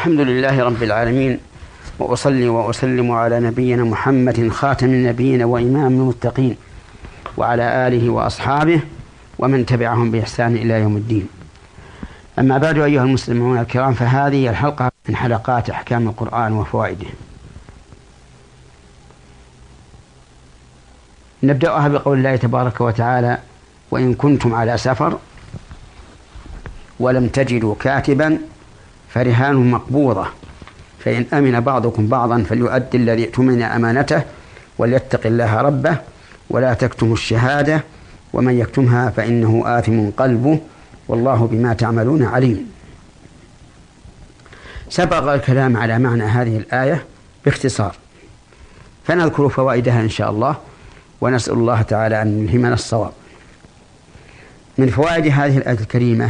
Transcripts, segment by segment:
الحمد لله رب العالمين، وأصلي وأسلم على نبينا محمد خاتم النبيين وإمام المتقين، وعلى آله وأصحابه ومن تبعهم بإحسان إلى يوم الدين. أما بعد، أيها المسلمون الكرام، فهذه الحلقة من حلقات أحكام القرآن وفوائده. نبدأها بقول الله تبارك وتعالى: وإن كنتم على سفر ولم تجدوا كاتبا فرهان مقبوضة فإن أمن بعضكم بعضا فليؤدي الذي اؤتمن أمانته وليتق الله ربه ولا تكتموا الشهادة ومن يكتمها فإنه آثم قلبه والله بما تعملون عليم. سبق الكلام على معنى هذه الآية باختصار، فنذكر فوائدها إن شاء الله، ونسأل الله تعالى أن يلهمنا الصواب. من فوائد هذه الآية الكريمة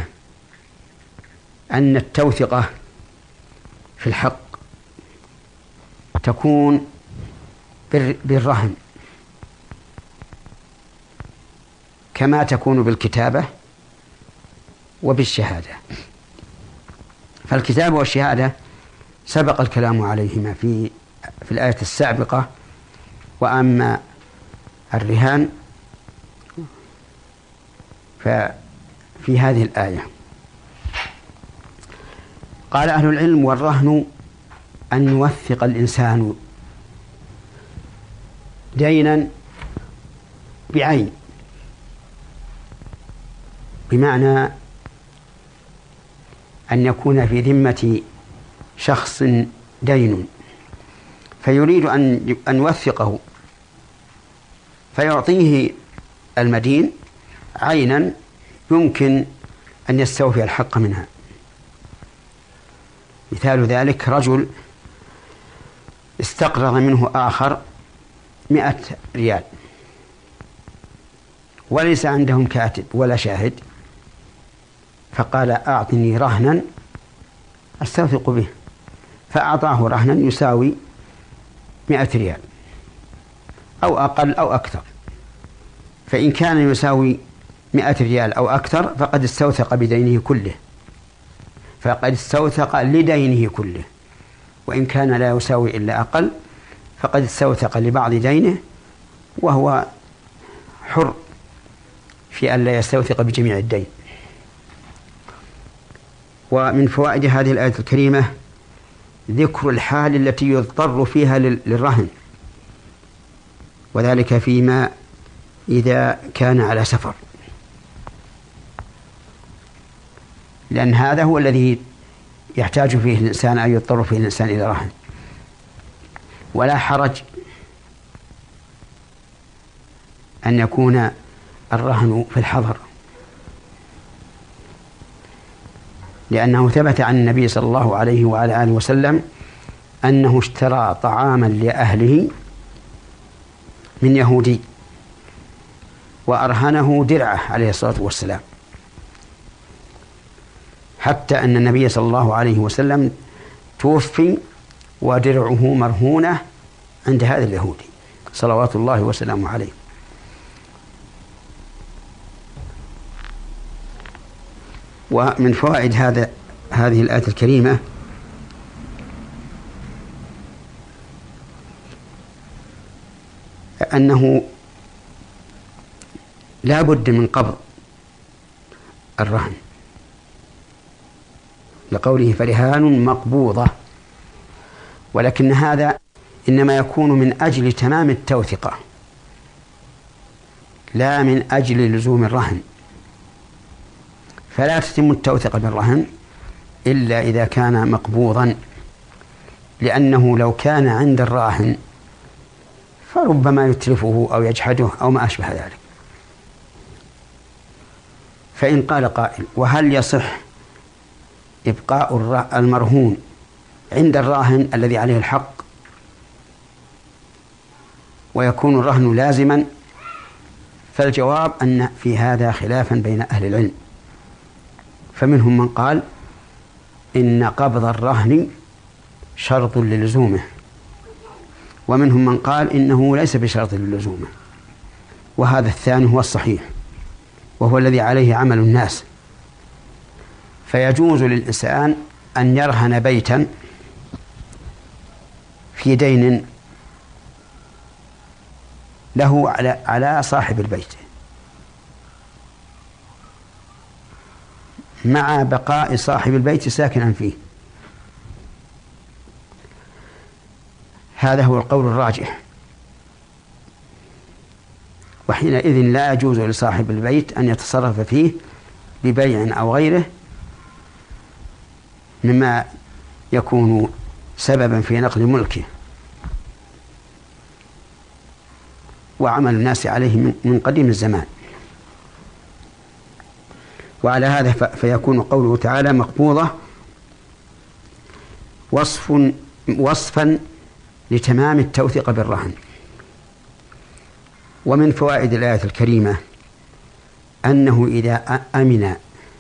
أن التوثقة في الحق تكون بالرهن كما تكون بالكتابة وبالشهادة. فالكتابة والشهادة سبق الكلام عليهما في الآية السابقة، وأما الرهان ففي هذه الآية. قال أهل العلم: والرهن أن يوثق الإنسان دينا بعين، بمعنى أن يكون في ذمة شخص دين فيريد أن يوثقه فيعطيه المدين عينا يمكن أن يستوفي الحق منها. مثال ذلك: رجل استقرض منه آخر 100 ريال وليس عندهم كاتب ولا شاهد، فقال: أعطني رهنا أستوثق به، فأعطاه رهنا يساوي 100 ريال أو أقل أو أكثر، فإن كان يساوي 100 ريال أو أكثر فقد استوثق بدينه كله، فقد استوثق لدينه كله، وإن كان لا يساوي إلا أقل فقد استوثق لبعض دينه، وهو حر في أن لا يستوثق بجميع الدين. ومن فوائد هذه الآية الكريمة ذكر الحال التي يضطر فيها للرهن، وذلك فيما إذا كان على سفر، لأن هذا هو الذي يحتاج فيه الإنسان أن يضطر فيه الإنسان إلى رهن. ولا حرج أن يكون الرهن في الحضر، لأنه ثبت عن النبي صلى الله عليه وعلى آله وسلم أنه اشترى طعاما لأهله من يهودي وأرهنه درعه عليه الصلاة والسلام، حتى أن النبي صلى الله عليه وسلم توفي ودرعه مرهونة عند هذا اليهودي صلوات الله وسلامه عليه. ومن فوائد هذه الآية الكريمة أنه لا بد من قبض الرهن، لقوله: فرهان مقبوضة، ولكن هذا إنما يكون من أجل تمام التوثقة لا من أجل لزوم الرهن، فلا تتم التوثقة بالرهن إلا إذا كان مقبوضا، لأنه لو كان عند الراهن فربما يتلفه أو يجحده أو ما أشبه ذلك. فإن قال قائل: وهل يصح إبقاء المرهون عند الراهن الذي عليه الحق ويكون الرهن لازما؟ فالجواب أن في هذا خلافا بين أهل العلم، فمنهم من قال إن قبض الرهن شرط للزومه، ومنهم من قال إنه ليس بشرط للزومه، وهذا الثاني هو الصحيح وهو الذي عليه عمل الناس. فيجوز للإنسان أن يرهن بيتا في دين له على صاحب البيت مع بقاء صاحب البيت ساكنا فيه. هذا هو القول الراجح. وحينئذ لا يجوز لصاحب البيت أن يتصرف فيه ببيع أو غيره مما يكون سببا في نقل ملكه وعمل الناس عليه من قديم الزمان. وعلى هذا فيكون قوله تعالى مقبوضة وصفا لتمام التوثيق بالرهن. ومن فوائد الآية الكريمة أنه إذا أمن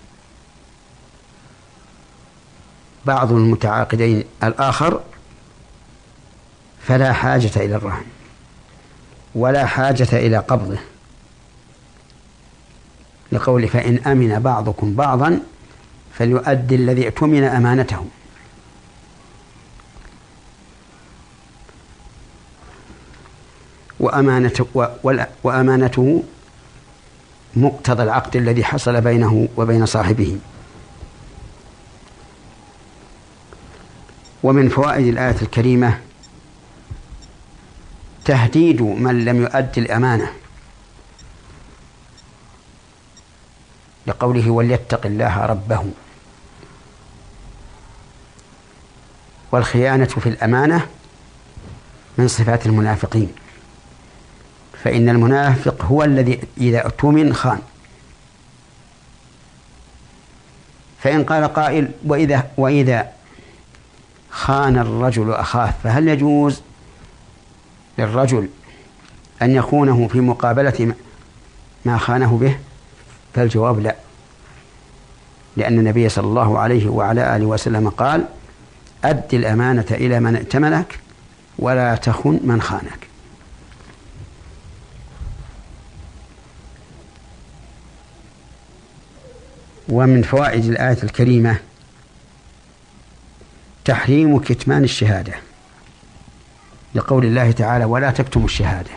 بعض المتعاقدين الآخر فلا حاجة إلى الرهن ولا حاجة إلى قبضه، لقول فإن أمن بعضكم بعضا فليؤدي الذي اؤتمن أمانته. وأمانته مقتضى العقد الذي حصل بينه وبين صاحبه. ومن فوائد الآية الكريمة تهديد من لم يؤدي الأمانة، لقوله وليتق الله ربه. والخيانة في الأمانة من صفات المنافقين، فإن المنافق هو الذي إذا اؤتمن خان. فإن قال قائل وإذا خان الرجل أخاه فهل يجوز للرجل أن يخونه في مقابلة ما خانه به؟ فالجواب لا، لأن النبي صلى الله عليه وعلى آله وسلم قال أد الأمانة إلى من ائتمنك ولا تخن من خانك. ومن فوائد الآية الكريمة تحريم كتمان الشهادة، لقول الله تعالى ولا تكتموا الشهادة.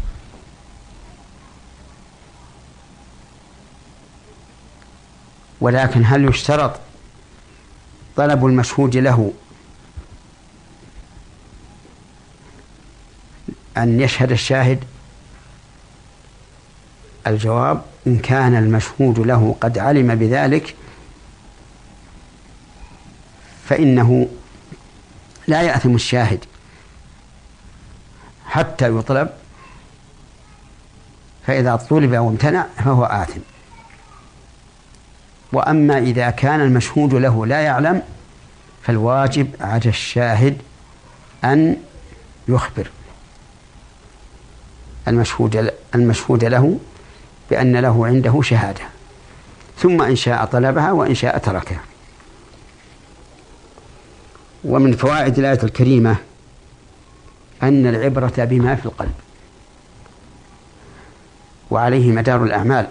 ولكن هل يشترط طلب المشهود له أن يشهد الشاهد؟ الجواب إن كان المشهود له قد علم بذلك فإنه لا يأثم الشاهد حتى يطلب، فإذا طلب وامتنع فهو آثم. وأما إذا كان المشهود له لا يعلم فالواجب على الشاهد أن يخبر المشهود له بأن له عنده شهادة، ثم إن شاء طلبها وإن شاء تركها. ومن فوائد الآية الكريمة أن العبرة بما في القلب، وعليه مدار الأعمال.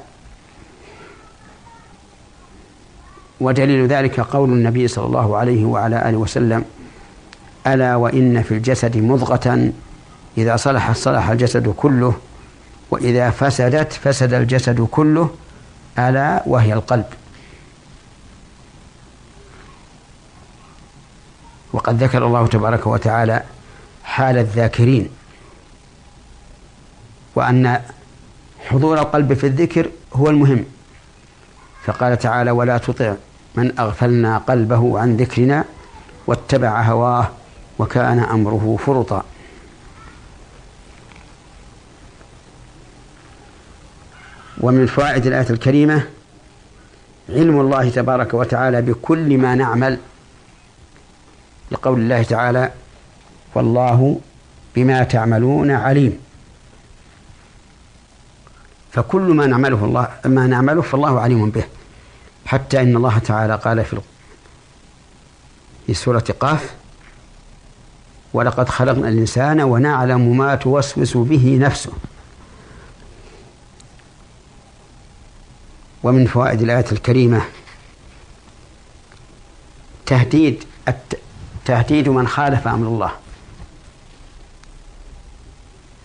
ودليل ذلك قول النبي صلى الله عليه وعلى آله وسلم ألا وإن في الجسد مضغة إذا صلحت صلح الجسد كله وإذا فسدت فسد الجسد كله ألا وهي القلب. وقد ذكر الله تبارك وتعالى حال الذاكرين، وأن حضور القلب في الذكر هو المهم، فقال تعالى ولا تطع من أغفلنا قلبه عن ذكرنا واتبع هواه وكان أمره فرطا. ومن فوائد الآية الكريمة علم الله تبارك وتعالى بكل ما نعمل، لقول الله تعالى والله بما تعملون عليم. فكل ما نعمله فالله عليم به، حتى إن الله تعالى قال في سورة قاف ولقد خلقنا الإنسان ونعلم ما توسوس به نفسه. ومن فوائد الآية الكريمة تهديد من خالف أمر الله،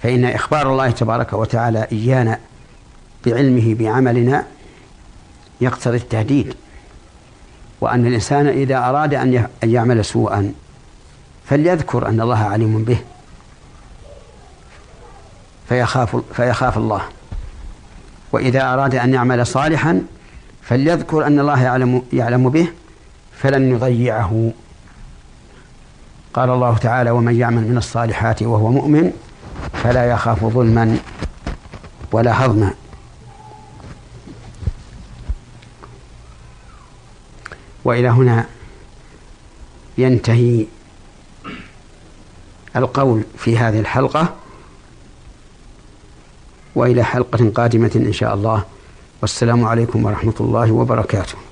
فإن إخبار الله تبارك وتعالى إيانا بعلمه بعملنا يقتضي التهديد، وأن الإنسان إذا أراد أن يعمل سوءا فليذكر أن الله عليم به فيخاف الله، وإذا أراد أن يعمل صالحا فليذكر أن الله يعلم به فلن يضيعه. قال الله تعالى: ومن يعمل من الصالحات وهو مؤمن فلا يخاف ظلما ولا هضما. وإلى هنا ينتهي القول في هذه الحلقة، وإلى حلقة قادمة إن شاء الله، والسلام عليكم ورحمة الله وبركاته.